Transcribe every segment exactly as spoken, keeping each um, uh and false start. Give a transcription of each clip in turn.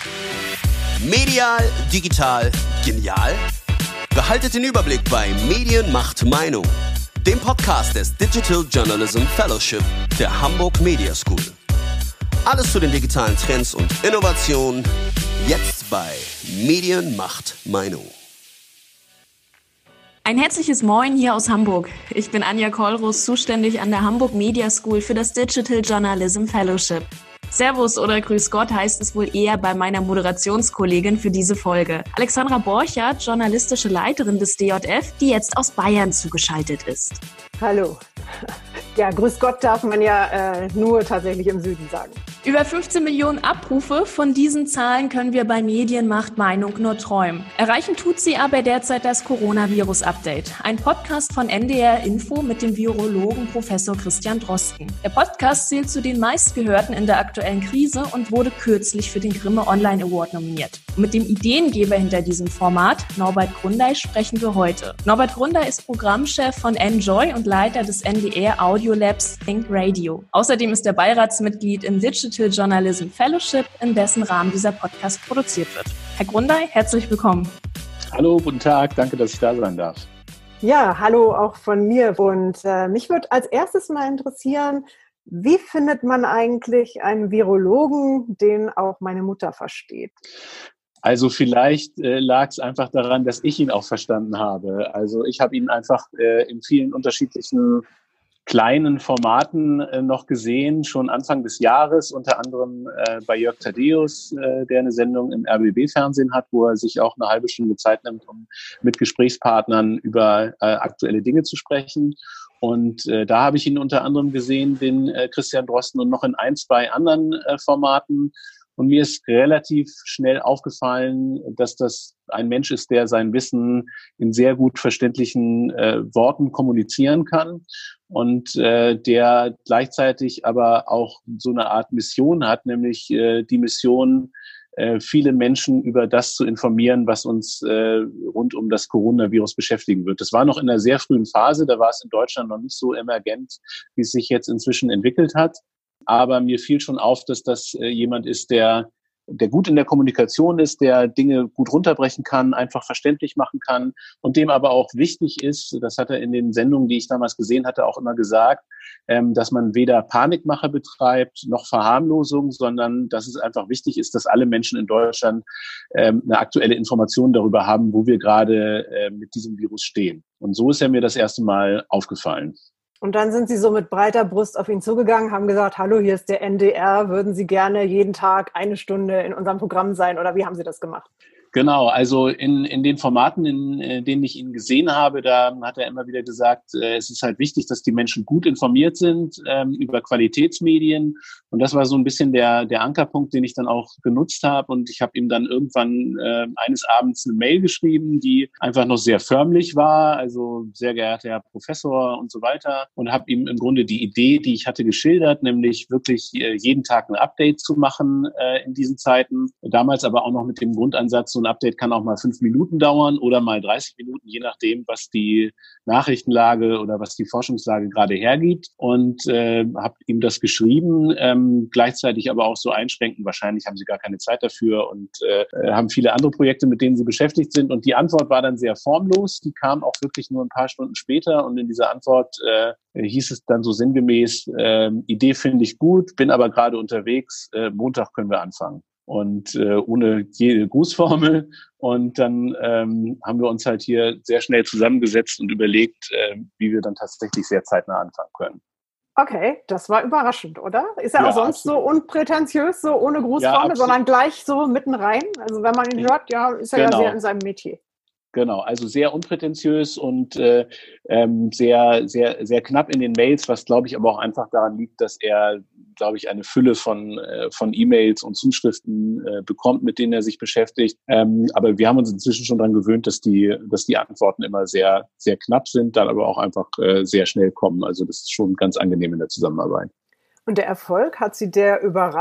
Medial, digital, genial? Behaltet den Überblick bei Medien macht Meinung, dem Podcast des Digital Journalism Fellowship der Hamburg Media School. Alles zu den digitalen Trends und Innovationen, jetzt bei Medien macht Meinung. Ein herzliches Moin hier aus Hamburg. Ich bin Anja Kollroß, zuständig an der Hamburg Media School für das Digital Journalism Fellowship. Servus oder Grüß Gott heißt es wohl eher bei meiner Moderationskollegin für diese Folge. Alexandra Borchardt, journalistische Leiterin des D J F, die jetzt aus Bayern zugeschaltet ist. Hallo. Ja, Grüß Gott darf man ja äh, nur tatsächlich im Süden sagen. Über fünfzehn Millionen Abrufe, von diesen Zahlen können wir bei Medien macht Meinung nur träumen. Erreichen tut sie aber derzeit das Coronavirus-Update. Ein Podcast von N D R Info mit dem Virologen Professor Christian Drosten. Der Podcast zählt zu den meistgehörten in der aktuellen Krise und wurde kürzlich für den Grimme Online Award nominiert. Und mit dem Ideengeber hinter diesem Format, Norbert Grundei, sprechen wir heute. Norbert Grundei ist Programmchef von Enjoy und Leiter des N D R Audio Labs Think Radio. Außerdem ist er Beiratsmitglied im Digital Journalism Fellowship, in dessen Rahmen dieser Podcast produziert wird. Herr Grundei, herzlich willkommen. Hallo, guten Tag, danke, dass ich da sein darf. Ja, hallo auch von mir. Und äh, mich würde als erstes mal interessieren, wie findet man eigentlich einen Virologen, den auch meine Mutter versteht? Also vielleicht äh, lag es einfach daran, dass ich ihn auch verstanden habe. Also ich habe ihn einfach äh, in vielen unterschiedlichen kleinen Formaten äh, noch gesehen, schon Anfang des Jahres, unter anderem äh, bei Jörg Thaddeus, äh, der eine Sendung im R B B-Fernsehen hat, wo er sich auch eine halbe Stunde Zeit nimmt, um mit Gesprächspartnern über äh, aktuelle Dinge zu sprechen. Und äh, da habe ich ihn unter anderem gesehen, den äh, Christian Drosten, und noch in ein, zwei anderen äh, Formaten. Und mir ist relativ schnell aufgefallen, dass das ein Mensch ist, der sein Wissen in sehr gut verständlichen äh, Worten kommunizieren kann und äh, der gleichzeitig aber auch so eine Art Mission hat, nämlich äh, die Mission, äh, viele Menschen über das zu informieren, was uns äh, rund um das Coronavirus beschäftigen wird. Das war noch in einer sehr frühen Phase, da war es in Deutschland noch nicht so emergent, wie es sich jetzt inzwischen entwickelt hat. Aber mir fiel schon auf, dass das äh, jemand ist, der, der gut in der Kommunikation ist, der Dinge gut runterbrechen kann, einfach verständlich machen kann und dem aber auch wichtig ist, das hat er in den Sendungen, die ich damals gesehen hatte, auch immer gesagt, ähm, dass man weder Panikmache betreibt noch Verharmlosung, sondern dass es einfach wichtig ist, dass alle Menschen in Deutschland ähm, eine aktuelle Information darüber haben, wo wir gerade äh, mit diesem Virus stehen. Und so ist er mir das erste Mal aufgefallen. Und dann sind Sie so mit breiter Brust auf ihn zugegangen, haben gesagt, hallo, hier ist der N D R, würden Sie gerne jeden Tag eine Stunde in unserem Programm sein, oder wie haben Sie das gemacht? Genau, also in, in den Formaten, in, in denen ich ihn gesehen habe, da hat er immer wieder gesagt, äh, es ist halt wichtig, dass die Menschen gut informiert sind ähm, über Qualitätsmedien. Und das war so ein bisschen der, der Ankerpunkt, den ich dann auch genutzt habe. Und ich habe ihm dann irgendwann äh, eines Abends eine Mail geschrieben, die einfach noch sehr förmlich war, also sehr geehrter Herr Professor und so weiter. Und habe ihm im Grunde die Idee, die ich hatte, geschildert, nämlich wirklich äh, jeden Tag ein Update zu machen äh, in diesen Zeiten. Damals aber auch noch mit dem Grundansatz, so ein Update kann auch mal fünf Minuten dauern oder mal dreißig Minuten, je nachdem, was die Nachrichtenlage oder was die Forschungslage gerade hergibt. Und äh, habe ihm das geschrieben, ähm, gleichzeitig aber auch so einschränken, wahrscheinlich haben Sie gar keine Zeit dafür und äh, haben viele andere Projekte, mit denen Sie beschäftigt sind. Und die Antwort war dann sehr formlos, die kam auch wirklich nur ein paar Stunden später. Und in dieser Antwort äh, hieß es dann so sinngemäß, äh, Idee finde ich gut, bin aber gerade unterwegs, äh, Montag können wir anfangen. Und äh, ohne jede Grußformel. Und dann ähm, haben wir uns halt hier sehr schnell zusammengesetzt und überlegt, äh, wie wir dann tatsächlich sehr zeitnah anfangen können. Okay, das war überraschend, oder? Ist er ja, auch sonst absolut. So unprätentiös, so ohne Grußformel, ja, sondern gleich so mitten rein? Also wenn man ihn hört, ja, ist er genau. Ja sehr in seinem Metier. Genau, also sehr unprätentiös und äh, ähm, sehr, sehr, sehr knapp in den Mails, was glaube ich aber auch einfach daran liegt, dass er, glaube ich, eine Fülle von äh, von E-Mails und Zuschriften äh, bekommt, mit denen er sich beschäftigt. Ähm, aber wir haben uns inzwischen schon daran gewöhnt, dass die, dass die Antworten immer sehr, sehr knapp sind, dann aber auch einfach äh, sehr schnell kommen. Also das ist schon ganz angenehm in der Zusammenarbeit. Und der Erfolg, hat Sie der überrascht?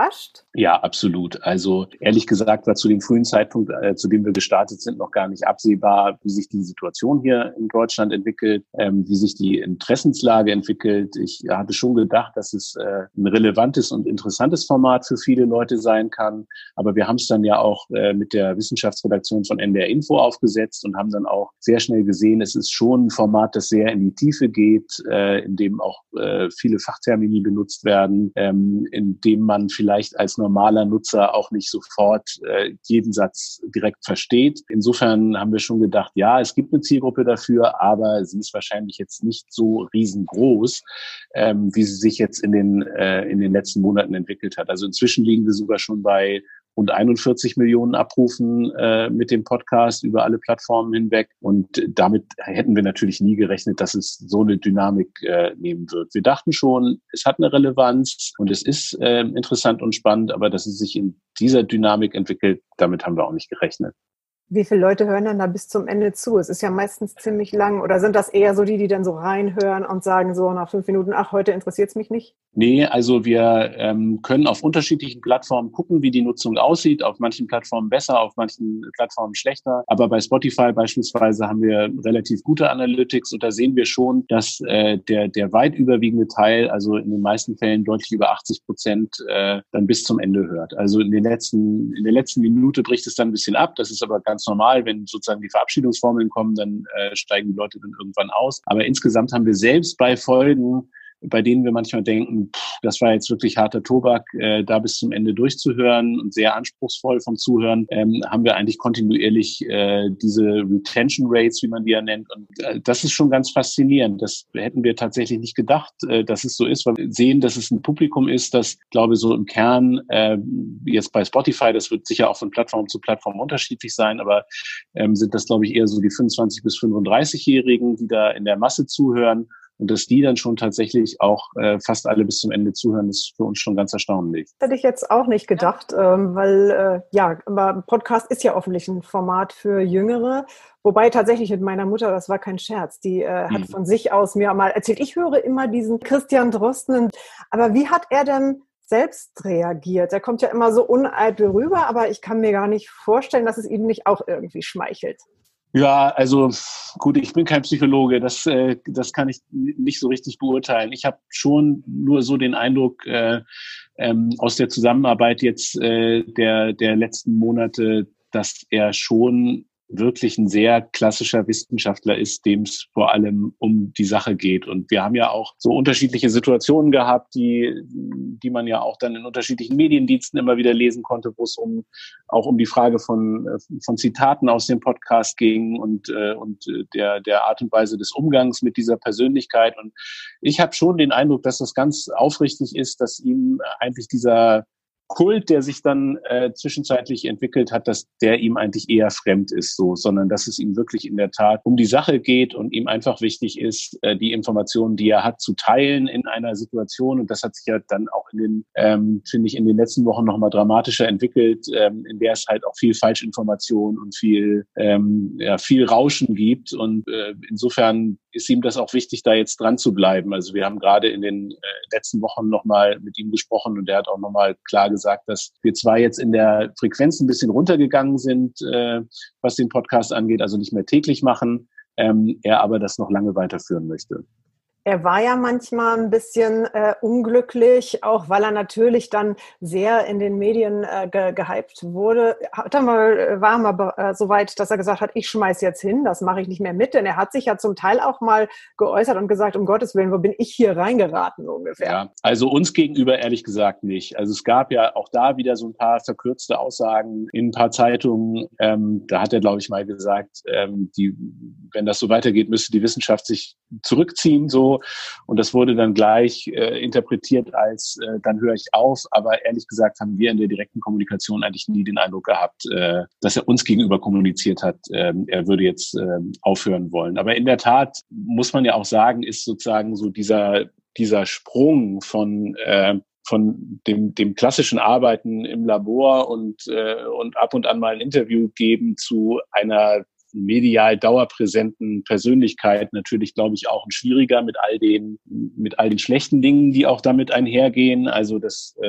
Ja, absolut. Also ehrlich gesagt war zu dem frühen Zeitpunkt, äh, zu dem wir gestartet sind, noch gar nicht absehbar, wie sich die Situation hier in Deutschland entwickelt, ähm, wie sich die Interessenslage entwickelt. Ich hatte schon gedacht, dass es äh, ein relevantes und interessantes Format für viele Leute sein kann. Aber wir haben es dann ja auch äh, mit der Wissenschaftsredaktion von N D R Info aufgesetzt und haben dann auch sehr schnell gesehen, es ist schon ein Format, das sehr in die Tiefe geht, äh, in dem auch äh, viele Fachtermini benutzt werden, ähm, in dem man vielleicht als normaler Nutzer auch nicht sofort äh, jeden Satz direkt versteht. Insofern haben wir schon gedacht, ja, es gibt eine Zielgruppe dafür, aber sie ist wahrscheinlich jetzt nicht so riesengroß, ähm, wie sie sich jetzt in den äh, in den letzten Monaten entwickelt hat. Also inzwischen liegen wir sogar schon bei rund einundvierzig Millionen Abrufen äh, mit dem Podcast über alle Plattformen hinweg. Und damit hätten wir natürlich nie gerechnet, dass es so eine Dynamik äh, nehmen wird. Wir dachten schon, es hat eine Relevanz und es ist äh, interessant und spannend, aber dass es sich in dieser Dynamik entwickelt, damit haben wir auch nicht gerechnet. Wie viele Leute hören dann da bis zum Ende zu? Es ist ja meistens ziemlich lang. Oder sind das eher so die, die dann so reinhören und sagen so nach fünf Minuten, ach, heute interessiert es mich nicht? Nee, also wir ähm, können auf unterschiedlichen Plattformen gucken, wie die Nutzung aussieht. Auf manchen Plattformen besser, auf manchen Plattformen schlechter. Aber bei Spotify beispielsweise haben wir relativ gute Analytics und da sehen wir schon, dass äh, der der weit überwiegende Teil, also in den meisten Fällen deutlich über achtzig Prozent, äh, dann bis zum Ende hört. Also in den letzten in der letzten Minute bricht es dann ein bisschen ab. Das ist aber ganz normal, wenn sozusagen die Verabschiedungsformeln kommen, dann äh, steigen die Leute dann irgendwann aus. Aber insgesamt haben wir selbst bei Folgen, bei denen wir manchmal denken, pff, das war jetzt wirklich harter Tobak, äh, da bis zum Ende durchzuhören und sehr anspruchsvoll vom Zuhören, ähm, haben wir eigentlich kontinuierlich äh, diese Retention Rates, wie man die ja nennt. Und äh, das ist schon ganz faszinierend. Das hätten wir tatsächlich nicht gedacht, äh, dass es so ist, weil wir sehen, dass es ein Publikum ist, das, glaube ich, so im Kern, äh, jetzt bei Spotify, das wird sicher auch von Plattform zu Plattform unterschiedlich sein, aber ähm, sind das, glaube ich, eher so die fünfundzwanzig- bis fünfunddreißig-Jährigen, die da in der Masse zuhören. Und dass die dann schon tatsächlich auch äh, fast alle bis zum Ende zuhören, ist für uns schon ganz erstaunlich. Das hätte ich jetzt auch nicht gedacht, ja. ähm, weil äh, ja, aber Podcast ist ja offensichtlich ein Format für Jüngere. Wobei tatsächlich mit meiner Mutter, das war kein Scherz, die äh, hat mhm. von sich aus mir mal erzählt, ich höre immer diesen Christian Drosten. Aber wie hat er denn selbst reagiert? Er kommt ja immer so uneitel rüber, aber ich kann mir gar nicht vorstellen, dass es ihm nicht auch irgendwie schmeichelt. Ja, also gut, ich bin kein Psychologe, das äh, das kann ich nicht so richtig beurteilen. Ich habe schon nur so den Eindruck äh, ähm, aus der Zusammenarbeit jetzt äh, der der letzten Monate, dass er schon wirklich ein sehr klassischer Wissenschaftler ist, dem es vor allem um die Sache geht. Und wir haben ja auch so unterschiedliche Situationen gehabt, die die man ja auch dann in unterschiedlichen Mediendiensten immer wieder lesen konnte, wo es um auch um die Frage von von Zitaten aus dem Podcast ging und äh, und der der Art und Weise des Umgangs mit dieser Persönlichkeit. Und ich habe schon den Eindruck, dass das ganz aufrichtig ist, dass ihm eigentlich dieser Kult, der sich dann äh, zwischenzeitlich entwickelt hat, dass der ihm eigentlich eher fremd ist, so, sondern dass es ihm wirklich in der Tat um die Sache geht und ihm einfach wichtig ist, äh, die Informationen, die er hat, zu teilen in einer Situation. Und das hat sich ja dann auch in den, ähm, finde ich, in den letzten Wochen nochmal dramatischer entwickelt, ähm, in der es halt auch viel Falschinformation und viel, ähm, ja, viel Rauschen gibt. Und äh, insofern ist ihm das auch wichtig, da jetzt dran zu bleiben. Also wir haben gerade in den äh, letzten Wochen nochmal mit ihm gesprochen und er hat auch nochmal klar gesagt, dass wir zwar jetzt in der Frequenz ein bisschen runtergegangen sind, äh, was den Podcast angeht, also nicht mehr täglich machen, ähm, er aber das noch lange weiterführen möchte. Er war ja manchmal ein bisschen äh, unglücklich, auch weil er natürlich dann sehr in den Medien äh, ge- gehypt wurde. Hat er mal, war er mal äh, so weit, dass er gesagt hat, ich schmeiß jetzt hin, das mache ich nicht mehr mit. Denn er hat sich ja zum Teil auch mal geäußert und gesagt, um Gottes Willen, wo bin ich hier reingeraten ungefähr? Ja, also uns gegenüber ehrlich gesagt nicht. Also es gab ja auch da wieder so ein paar verkürzte Aussagen in ein paar Zeitungen. Ähm, da hat er, glaube ich, mal gesagt, ähm, die, wenn das so weitergeht, müsste die Wissenschaft sich zurückziehen, so. Und das wurde dann gleich äh, interpretiert als, äh, dann höre ich auf. Aber ehrlich gesagt haben wir in der direkten Kommunikation eigentlich nie den Eindruck gehabt, äh, dass er uns gegenüber kommuniziert hat, äh, er würde jetzt äh, aufhören wollen. Aber in der Tat muss man ja auch sagen, ist sozusagen so dieser, dieser Sprung von, äh, von dem, dem klassischen Arbeiten im Labor und, äh, und ab und an mal ein Interview geben zu einer medial dauerpräsenten Persönlichkeit natürlich, glaube ich, auch ein schwieriger mit all den mit all den schlechten Dingen, die auch damit einhergehen. Also das äh,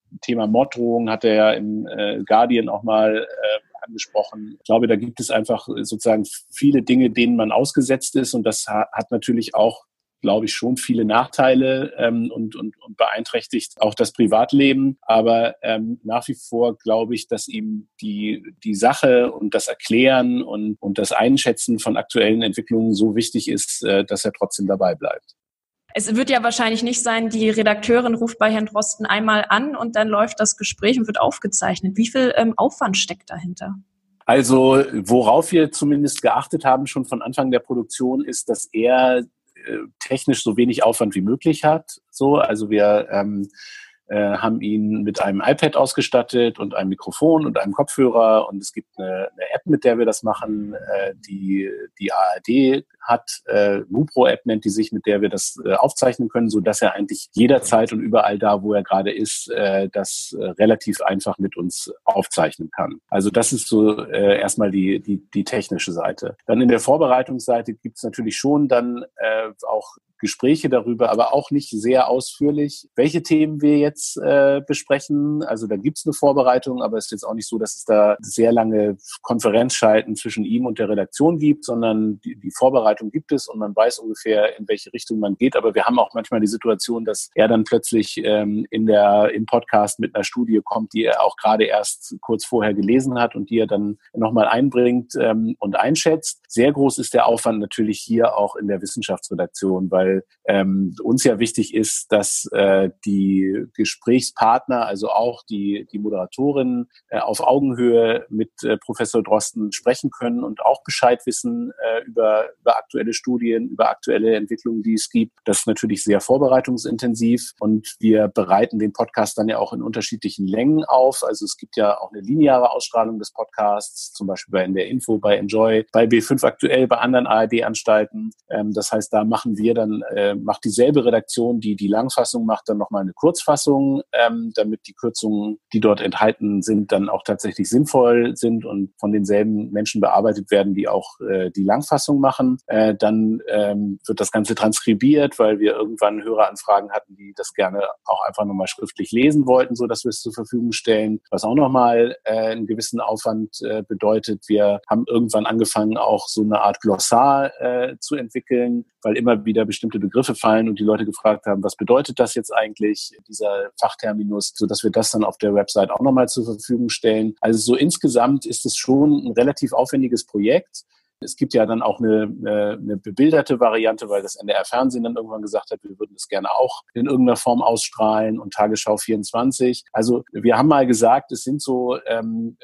Thema Morddrohung hat er ja im äh, Guardian auch mal äh, angesprochen. Ich glaube, da gibt es einfach sozusagen viele Dinge, denen man ausgesetzt ist, und das ha- hat natürlich auch, glaube ich, schon viele Nachteile ähm, und, und, und beeinträchtigt auch das Privatleben. Aber ähm, nach wie vor glaube ich, dass ihm die, die Sache und das Erklären und, und das Einschätzen von aktuellen Entwicklungen so wichtig ist, äh, dass er trotzdem dabei bleibt. Es wird ja wahrscheinlich nicht sein, die Redakteurin ruft bei Herrn Drosten einmal an und dann läuft das Gespräch und wird aufgezeichnet. Wie viel ähm, Aufwand steckt dahinter? Also worauf wir zumindest geachtet haben schon von Anfang der Produktion ist, dass er technisch so wenig Aufwand wie möglich hat. So, also wir ähm, äh, haben ihn mit einem iPad ausgestattet und einem Mikrofon und einem Kopfhörer, und es gibt eine, eine App, mit der wir das machen, äh, die die A R D hat, äh, Lupro-App nennt die sich, mit der wir das äh, aufzeichnen können, so dass er eigentlich jederzeit und überall da, wo er gerade ist, äh, das äh, relativ einfach mit uns aufzeichnen kann. Also das ist so äh, erstmal die, die, die technische Seite. Dann in der Vorbereitungsseite gibt es natürlich schon dann äh, auch Gespräche darüber, aber auch nicht sehr ausführlich, welche Themen wir jetzt äh, besprechen. Also da gibt es eine Vorbereitung, aber es ist jetzt auch nicht so, dass es da sehr lange Konferenzschalten zwischen ihm und der Redaktion gibt, sondern die, die Vorbereitung gibt es und man weiß ungefähr, in welche Richtung man geht. Aber wir haben auch manchmal die Situation, dass er dann plötzlich ähm, in der im Podcast mit einer Studie kommt, die er auch gerade erst kurz vorher gelesen hat und die er dann nochmal einbringt ähm, und einschätzt. Sehr groß ist der Aufwand natürlich hier auch in der Wissenschaftsredaktion, weil weil ähm, uns ja wichtig ist, dass äh, die Gesprächspartner, also auch die, die Moderatorin, äh, auf Augenhöhe mit äh, Professor Drosten sprechen können und auch Bescheid wissen äh, über, über aktuelle Studien, über aktuelle Entwicklungen, die es gibt. Das ist natürlich sehr vorbereitungsintensiv und wir bereiten den Podcast dann ja auch in unterschiedlichen Längen auf. Also es gibt ja auch eine lineare Ausstrahlung des Podcasts, zum Beispiel bei N D R Info, bei Enjoy, bei B fünf aktuell, bei anderen A R D-Anstalten. Ähm, das heißt, da machen wir dann, äh, macht dieselbe Redaktion, die die Langfassung macht, dann nochmal eine Kurzfassung, ähm, damit die Kürzungen, die dort enthalten sind, dann auch tatsächlich sinnvoll sind und von denselben Menschen bearbeitet werden, die auch äh, die Langfassung machen. Äh, dann ähm, wird das Ganze transkribiert, weil wir irgendwann Höreranfragen hatten, die das gerne auch einfach nochmal schriftlich lesen wollten, so dass wir es zur Verfügung stellen, was auch nochmal äh, einen gewissen Aufwand äh, bedeutet. Wir haben irgendwann angefangen, auch so eine Art Glossar äh, zu entwickeln, weil immer wieder bestimmte Begriffe fallen und die Leute gefragt haben, was bedeutet das jetzt eigentlich, dieser Fachterminus, sodass wir das dann auf der Website auch nochmal zur Verfügung stellen. Also so insgesamt ist es schon ein relativ aufwendiges Projekt. Es gibt ja dann auch eine, eine, eine bebilderte Variante, weil das N D R-Fernsehen dann irgendwann gesagt hat, wir würden das gerne auch in irgendeiner Form ausstrahlen und Tagesschau vierundzwanzig. Also wir haben mal gesagt, es sind so ähm,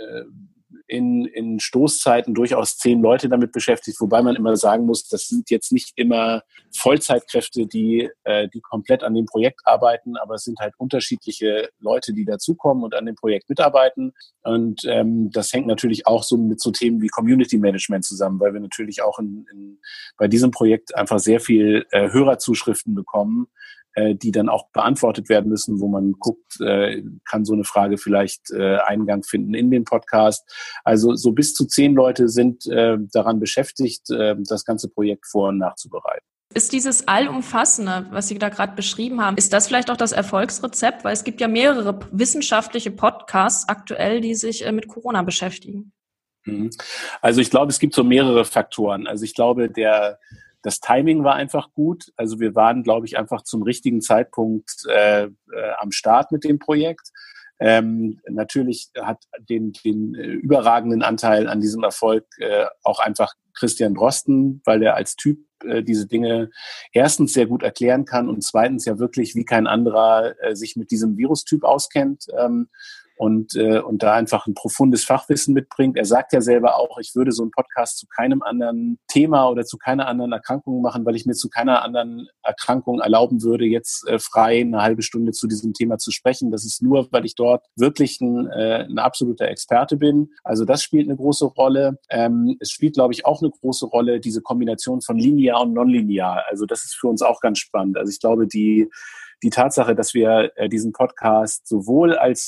in, in Stoßzeiten durchaus zehn Leute damit beschäftigt, wobei man immer sagen muss, das sind jetzt nicht immer Vollzeitkräfte, die, äh, die komplett an dem Projekt arbeiten, aber es sind halt unterschiedliche Leute, die dazukommen und an dem Projekt mitarbeiten. Und ähm, das hängt natürlich auch so mit so Themen wie Community Management zusammen, weil wir natürlich auch in, in, bei diesem Projekt einfach sehr viel äh, Hörerzuschriften bekommen, die dann auch beantwortet werden müssen, wo man guckt, äh, kann so eine Frage vielleicht äh, Eingang finden in den Podcast. Also so bis zu zehn Leute sind äh, daran beschäftigt, äh, das ganze Projekt vor- und nachzubereiten. Ist dieses Allumfassende, was Sie da gerade beschrieben haben, ist das vielleicht auch das Erfolgsrezept? Weil es gibt ja mehrere wissenschaftliche Podcasts aktuell, die sich äh, mit Corona beschäftigen. Also ich glaube, es gibt so mehrere Faktoren. Also ich glaube, der Das Timing war einfach gut. Also wir waren, glaube ich, einfach zum richtigen Zeitpunkt äh, äh, am Start mit dem Projekt. Ähm, natürlich hat den, den äh, überragenden Anteil an diesem Erfolg äh, auch einfach Christian Drosten, weil er als Typ äh, diese Dinge erstens sehr gut erklären kann und zweitens ja wirklich wie kein anderer äh, sich mit diesem Virustyp auskennt. Ähm, Und, äh, und da einfach ein profundes Fachwissen mitbringt. Er sagt ja selber auch, ich würde so einen Podcast zu keinem anderen Thema oder zu keiner anderen Erkrankung machen, weil ich mir zu keiner anderen Erkrankung erlauben würde, jetzt äh, frei eine halbe Stunde zu diesem Thema zu sprechen. Das ist nur, weil ich dort wirklich ein, äh, ein absoluter Experte bin. Also das spielt eine große Rolle. Ähm, es spielt, glaube ich, auch eine große Rolle, diese Kombination von linear und nonlinear. Also das ist für uns auch ganz spannend. Also ich glaube, die, die Tatsache, dass wir äh, diesen Podcast sowohl als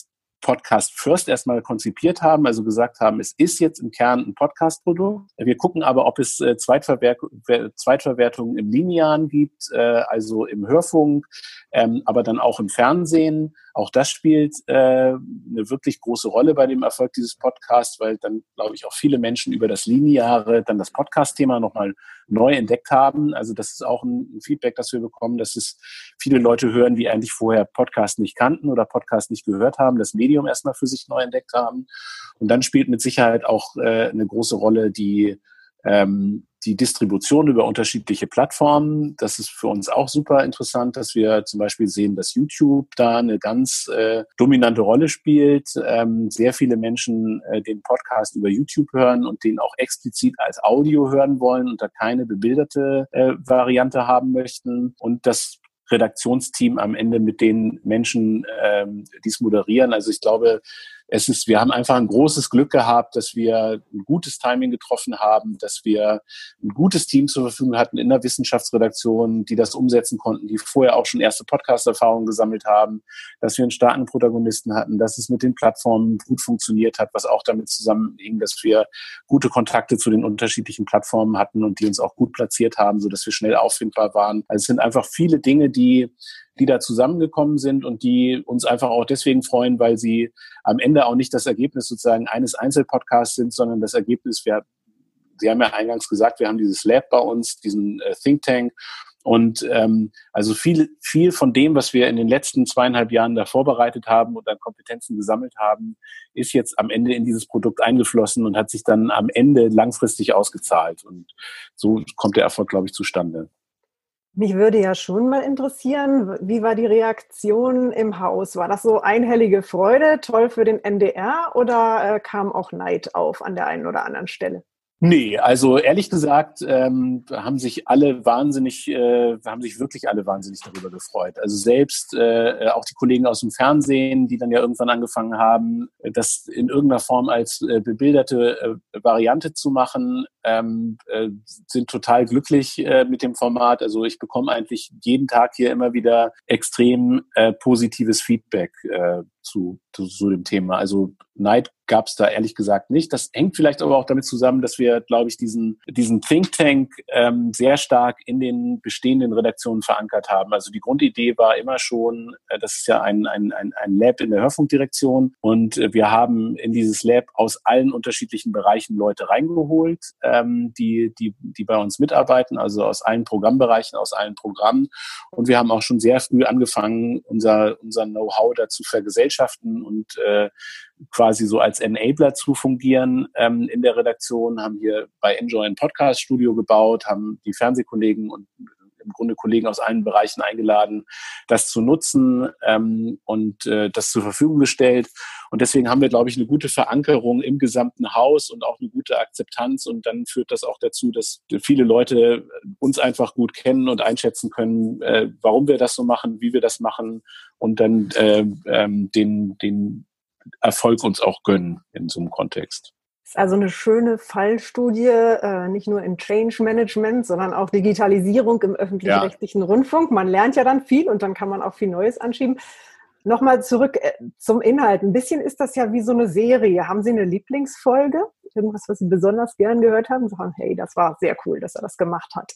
Podcast First erstmal konzipiert haben, also gesagt haben, es ist jetzt im Kern ein Podcast-Produkt. Wir gucken aber, ob es äh, Zweitverwertung, Zweitverwertungen im Linearen gibt, äh, also im Hörfunk, ähm, aber dann auch im Fernsehen. Auch das spielt äh, eine wirklich große Rolle bei dem Erfolg dieses Podcasts, weil dann, glaube ich, auch viele Menschen über das Lineare dann das Podcast-Thema nochmal neu entdeckt haben. Also das ist auch ein Feedback, das wir bekommen, dass es viele Leute hören, die eigentlich vorher Podcast nicht kannten oder Podcast nicht gehört haben, das Medium erstmal für sich neu entdeckt haben. Und dann spielt mit Sicherheit auch äh, eine große Rolle die ähm, die Distribution über unterschiedliche Plattformen. Das ist für uns auch super interessant, dass wir zum Beispiel sehen, dass YouTube da eine ganz äh, dominante Rolle spielt. Ähm, sehr viele Menschen äh, den Podcast über YouTube hören und den auch explizit als Audio hören wollen und da keine bebilderte äh, Variante haben möchten. Und das Redaktionsteam am Ende mit den Menschen, ähm, die es moderieren. Also ich glaube, es ist, wir haben einfach ein großes Glück gehabt, dass wir ein gutes Timing getroffen haben, dass wir ein gutes Team zur Verfügung hatten in der Wissenschaftsredaktion, die das umsetzen konnten, die vorher auch schon erste Podcast-Erfahrungen gesammelt haben, dass wir einen starken Protagonisten hatten, dass es mit den Plattformen gut funktioniert hat, was auch damit zusammenhing, dass wir gute Kontakte zu den unterschiedlichen Plattformen hatten und die uns auch gut platziert haben, sodass wir schnell auffindbar waren. Also es sind einfach viele Dinge, die die da zusammengekommen sind und die uns einfach auch deswegen freuen, weil sie am Ende auch nicht das Ergebnis sozusagen eines Einzelpodcasts sind, sondern das Ergebnis, wir, Sie haben ja eingangs gesagt, wir haben dieses Lab bei uns, diesen äh, Think Tank und ähm, also viel, viel von dem, was wir in den letzten zweieinhalb Jahren da vorbereitet haben und an Kompetenzen gesammelt haben, ist jetzt am Ende in dieses Produkt eingeflossen und hat sich dann am Ende langfristig ausgezahlt und so kommt der Erfolg, glaube ich, zustande. Mich würde ja schon mal interessieren, wie war die Reaktion im Haus? War das so einhellige Freude, toll für den N D R oder äh, kam auch Neid auf an der einen oder anderen Stelle? Nee, also ehrlich gesagt ähm, haben sich alle wahnsinnig, äh, haben sich wirklich alle wahnsinnig darüber gefreut. Also selbst äh, auch die Kollegen aus dem Fernsehen, die dann ja irgendwann angefangen haben, das in irgendeiner Form als äh, bebilderte äh, Variante zu machen, ähm, äh, sind total glücklich äh, mit dem Format. Also ich bekomme eigentlich jeden Tag hier immer wieder extrem äh, positives Feedback äh, zu, zu, zu dem Thema. Also Neid gab es da ehrlich gesagt nicht. Das hängt vielleicht aber auch damit zusammen, dass wir, glaube ich, diesen, diesen Think Tank ähm, sehr stark in den bestehenden Redaktionen verankert haben. Also die Grundidee war immer schon, äh, das ist ja ein, ein, ein, ein Lab in der Hörfunkdirektion und äh, wir haben in dieses Lab aus allen unterschiedlichen Bereichen Leute reingeholt, ähm, die, die, die bei uns mitarbeiten, also aus allen Programmbereichen, aus allen Programmen. Und wir haben auch schon sehr früh angefangen, unser, unser Know-how dazu vergesellschaften und äh, quasi so als Enabler zu fungieren ähm, in der Redaktion, haben hier bei Enjoy ein Podcast-Studio gebaut, haben die Fernsehkollegen und im Grunde Kollegen aus allen Bereichen eingeladen, das zu nutzen ähm, und äh, das zur Verfügung gestellt. Und deswegen haben wir, glaube ich, eine gute Verankerung im gesamten Haus und auch eine gute Akzeptanz. Und dann führt das auch dazu, dass viele Leute uns einfach gut kennen und einschätzen können, äh, warum wir das so machen, wie wir das machen und dann äh, ähm, den, den Erfolg uns auch gönnen in so einem Kontext. Das ist also eine schöne Fallstudie, äh, nicht nur in Change Management, sondern auch Digitalisierung im öffentlich-rechtlichen ja. Rundfunk. Man lernt ja dann viel und dann kann man auch viel Neues anschieben. Nochmal zurück äh, zum Inhalt. Ein bisschen ist das ja wie so eine Serie. Haben Sie eine Lieblingsfolge? Irgendwas, was Sie besonders gern gehört haben? Sagen, hey, das war sehr cool, dass er das gemacht hat.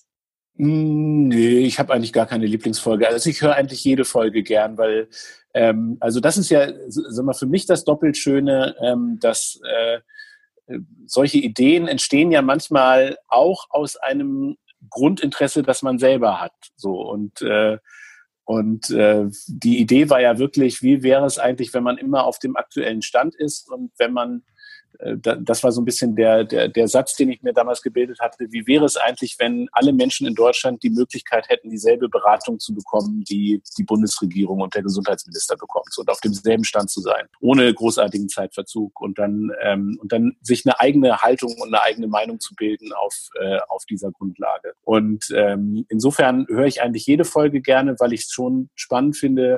Nee, ich habe eigentlich gar keine Lieblingsfolge. Also ich höre eigentlich jede Folge gern, weil ähm, also das ist ja, sag mal, für mich das doppelt Schöne, ähm, dass äh, solche Ideen entstehen ja manchmal auch aus einem Grundinteresse, das man selber hat. So und äh, und äh, die Idee war ja wirklich, wie wäre es eigentlich, wenn man immer auf dem aktuellen Stand ist und wenn man das war so ein bisschen der, der, der Satz, den ich mir damals gebildet hatte. Wie wäre es eigentlich, wenn alle Menschen in Deutschland die Möglichkeit hätten, dieselbe Beratung zu bekommen, die die Bundesregierung und der Gesundheitsminister bekommt und auf demselben Stand zu sein, ohne großartigen Zeitverzug und dann, ähm, und dann sich eine eigene Haltung und eine eigene Meinung zu bilden auf, äh, auf dieser Grundlage. Und ähm, insofern höre ich eigentlich jede Folge gerne, weil ich es schon spannend finde,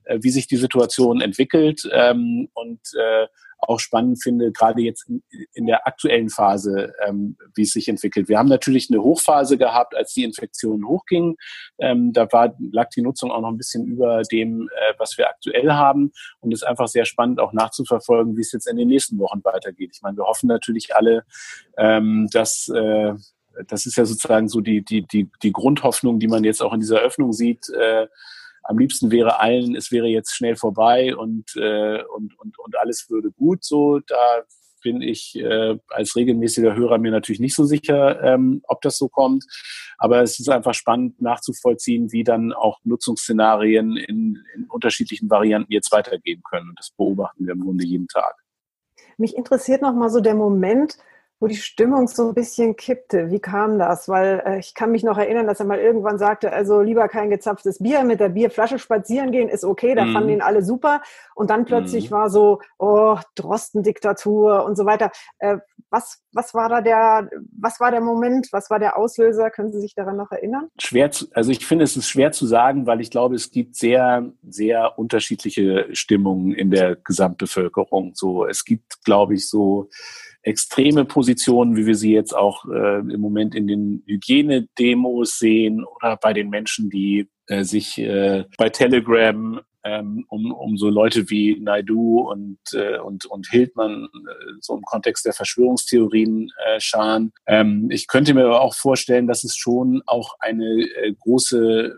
äh, wie sich die Situation entwickelt ähm, und äh, auch spannend finde, gerade jetzt in, in der aktuellen Phase, ähm, wie es sich entwickelt. Wir haben natürlich eine Hochphase gehabt, als die Infektionen hochgingen. Ähm, da war, lag die Nutzung auch noch ein bisschen über dem, äh, was wir aktuell haben. Und es ist einfach sehr spannend, auch nachzuverfolgen, wie es jetzt in den nächsten Wochen weitergeht. Ich meine, wir hoffen natürlich alle, ähm, dass äh, das ist ja sozusagen so die, die, die, die Grundhoffnung, die man jetzt auch in dieser Öffnung sieht. Äh, am liebsten wäre allen, es wäre jetzt schnell vorbei und, äh, und, und, und alles würde gut. So, da bin ich äh, als regelmäßiger Hörer mir natürlich nicht so sicher, ähm, ob das so kommt. Aber es ist einfach spannend nachzuvollziehen, wie dann auch Nutzungsszenarien in, in unterschiedlichen Varianten jetzt weitergehen können. Und das beobachten wir im Grunde jeden Tag. Mich interessiert noch mal so der Moment, wo die Stimmung so ein bisschen kippte. Wie kam das? Weil äh, ich kann mich noch erinnern, dass er mal irgendwann sagte, also lieber kein gezapftes Bier, mit der Bierflasche spazieren gehen ist okay, da mm. fanden ihn alle super. Und dann plötzlich mm. war so, oh, Drosten-Diktatur und so weiter. Äh, was, was war da der, was war der Moment, was war der Auslöser? Können Sie sich daran noch erinnern? Schwer zu, also ich finde, es ist schwer zu sagen, weil ich glaube, es gibt sehr, sehr unterschiedliche Stimmungen in der Gesamtbevölkerung. So, es gibt, glaube ich, so extreme Positionen, wie wir sie jetzt auch äh, im Moment in den Hygienedemos sehen oder bei den Menschen, die äh, sich äh, bei Telegram ähm, um, um so Leute wie Naidu und, äh, und, und Hildmann äh, so im Kontext der Verschwörungstheorien äh, scharen. Ähm, ich könnte mir aber auch vorstellen, dass es schon auch eine äh, große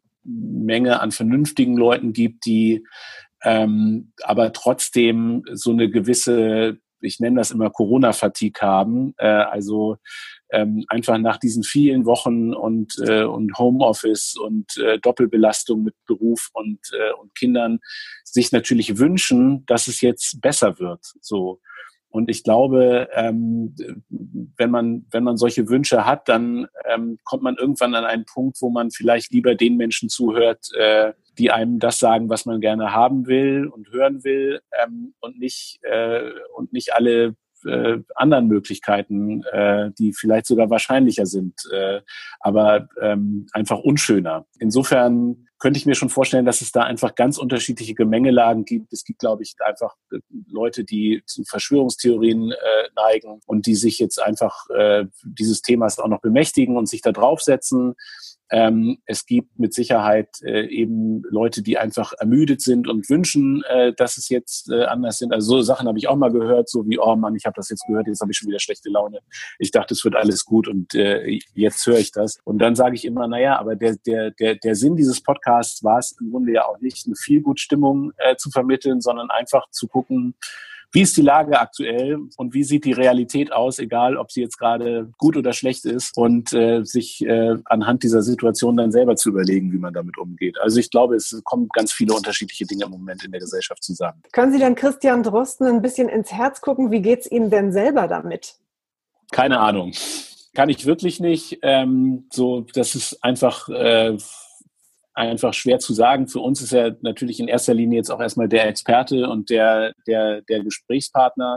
Menge an vernünftigen Leuten gibt, die ähm, aber trotzdem so eine gewisse, ich nenne das immer Corona-Fatigue haben, äh, also ähm, einfach nach diesen vielen Wochen und, äh, und Homeoffice und äh, Doppelbelastung mit Beruf und, äh, und Kindern sich natürlich wünschen, dass es jetzt besser wird. So. Und ich glaube, ähm, wenn man, wenn man solche Wünsche hat, dann ähm, kommt man irgendwann an einen Punkt, wo man vielleicht lieber den Menschen zuhört, äh, die einem das sagen, was man gerne haben will und hören will, ähm, und nicht äh, und nicht alle äh, anderen Möglichkeiten, äh, die vielleicht sogar wahrscheinlicher sind, äh, aber ähm, einfach unschöner. Insofern könnte ich mir schon vorstellen, dass es da einfach ganz unterschiedliche Gemengelagen gibt. Es gibt, glaube ich, einfach Leute, die zu Verschwörungstheorien äh, neigen und die sich jetzt einfach äh, dieses Themas auch noch bemächtigen und sich da draufsetzen. Ähm, es gibt mit Sicherheit äh, eben Leute, die einfach ermüdet sind und wünschen, äh, dass es jetzt äh, anders sind. Also so Sachen habe ich auch mal gehört, so wie, oh Mann, ich habe das jetzt gehört, jetzt habe ich schon wieder schlechte Laune. Ich dachte, es wird alles gut und äh, jetzt höre ich das. Und dann sage ich immer, naja, aber der, der, der, der Sinn dieses Podcasts war es im Grunde ja auch nicht, eine Feelgood-Stimmung äh, zu vermitteln, sondern einfach zu gucken, wie ist die Lage aktuell und wie sieht die Realität aus, egal ob sie jetzt gerade gut oder schlecht ist, und äh, sich äh, anhand dieser Situation dann selber zu überlegen, wie man damit umgeht. Also ich glaube, es kommen ganz viele unterschiedliche Dinge im Moment in der Gesellschaft zusammen. Können Sie dann Christian Drosten ein bisschen ins Herz gucken? Wie geht's Ihnen denn selber damit? Keine Ahnung. Kann ich wirklich nicht. Ähm, so, das ist einfach... Äh, einfach schwer zu sagen. Für uns ist er natürlich in erster Linie jetzt auch erstmal der Experte und der, der, der Gesprächspartner.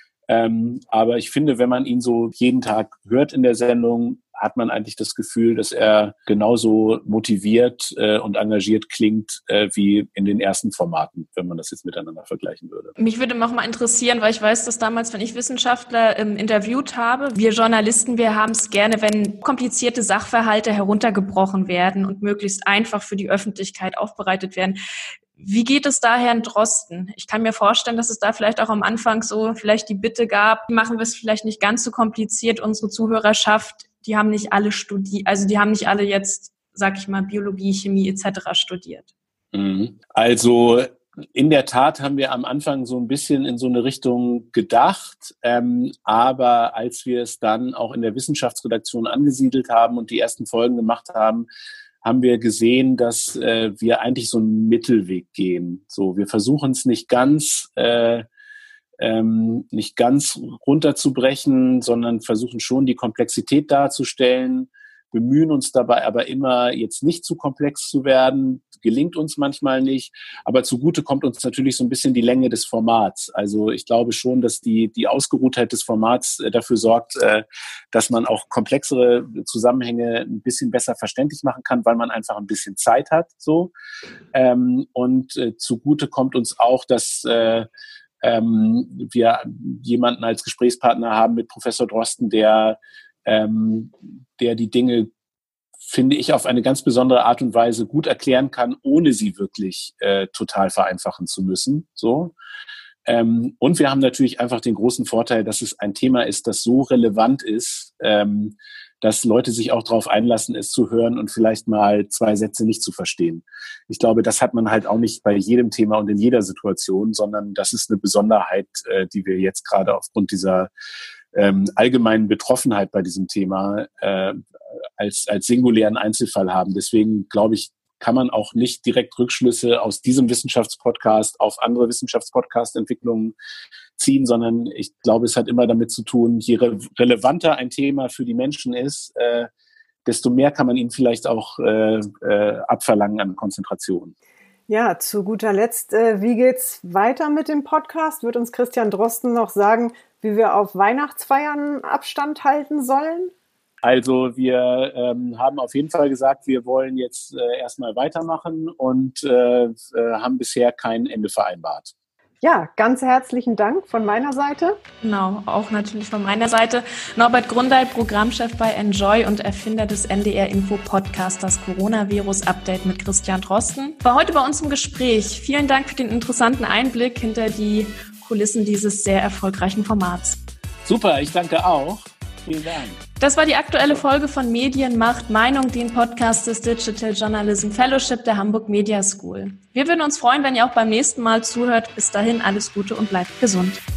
Ähm, aber ich finde, wenn man ihn so jeden Tag hört in der Sendung, hat man eigentlich das Gefühl, dass er genauso motiviert äh, und engagiert klingt äh, wie in den ersten Formaten, wenn man das jetzt miteinander vergleichen würde. Mich würde auch mal interessieren, weil ich weiß, dass damals, wenn ich Wissenschaftler ähm, interviewt habe, wir Journalisten, wir haben es gerne, wenn komplizierte Sachverhalte heruntergebrochen werden und möglichst einfach für die Öffentlichkeit aufbereitet werden. Wie geht es da Herrn Drosten? Ich kann mir vorstellen, dass es da vielleicht auch am Anfang so vielleicht die Bitte gab, machen wir es vielleicht nicht ganz so kompliziert, unsere Zuhörerschaft, die haben nicht alle studiert, also die haben nicht alle jetzt, sag ich mal, Biologie, Chemie et cetera studiert. Also in der Tat haben wir am Anfang so ein bisschen in so eine Richtung gedacht, ähm, aber als wir es dann auch in der Wissenschaftsredaktion angesiedelt haben und die ersten Folgen gemacht haben, haben wir gesehen, dass äh, wir eigentlich so einen Mittelweg gehen. So, wir versuchen es nicht ganz, äh, ähm, nicht ganz runterzubrechen, sondern versuchen schon die Komplexität darzustellen. bemühen uns dabei aber immer, jetzt nicht zu komplex zu werden. Gelingt uns manchmal nicht, aber zugute kommt uns natürlich so ein bisschen die Länge des Formats. Also ich glaube schon, dass die, die Ausgeruhtheit des Formats dafür sorgt, dass man auch komplexere Zusammenhänge ein bisschen besser verständlich machen kann, weil man einfach ein bisschen Zeit hat. So. Und zugute kommt uns auch, dass wir jemanden als Gesprächspartner haben mit Professor Drosten, der, der die Dinge, finde ich, auf eine ganz besondere Art und Weise gut erklären kann, ohne sie wirklich äh, total vereinfachen zu müssen. So. Ähm, und wir haben natürlich einfach den großen Vorteil, dass es ein Thema ist, das so relevant ist, ähm, dass Leute sich auch darauf einlassen, es zu hören und vielleicht mal zwei Sätze nicht zu verstehen. Ich glaube, das hat man halt auch nicht bei jedem Thema und in jeder Situation, sondern das ist eine Besonderheit, äh, die wir jetzt gerade aufgrund dieser ähm, allgemeinen Betroffenheit bei diesem Thema äh, als, als singulären Einzelfall haben. Deswegen, glaube ich, kann man auch nicht direkt Rückschlüsse aus diesem Wissenschaftspodcast auf andere Wissenschaftspodcast-Entwicklungen ziehen, sondern ich glaube, es hat immer damit zu tun, je re- relevanter ein Thema für die Menschen ist, äh, desto mehr kann man ihnen vielleicht auch äh, äh, abverlangen an Konzentration. Ja, zu guter Letzt, äh, wie geht's weiter mit dem Podcast? Wird uns Christian Drosten noch sagen, wie wir auf Weihnachtsfeiern Abstand halten sollen? Also wir ähm, haben auf jeden Fall gesagt, wir wollen jetzt äh, erstmal weitermachen und äh, äh, haben bisher kein Ende vereinbart. Ja, ganz herzlichen Dank von meiner Seite. Genau, auch natürlich von meiner Seite. Norbert Grundeil, Programmchef bei Enjoy und Erfinder des N D R-Info-Podcasts, das Coronavirus-Update mit Christian Drosten, war heute bei uns im Gespräch. Vielen Dank für den interessanten Einblick hinter die Kulissen dieses sehr erfolgreichen Formats. Super, ich danke auch. Vielen Dank. Das war die aktuelle Folge von Medien macht Meinung, den Podcast des Digital Journalism Fellowship der Hamburg Media School. Wir würden uns freuen, wenn ihr auch beim nächsten Mal zuhört. Bis dahin alles Gute und bleibt gesund.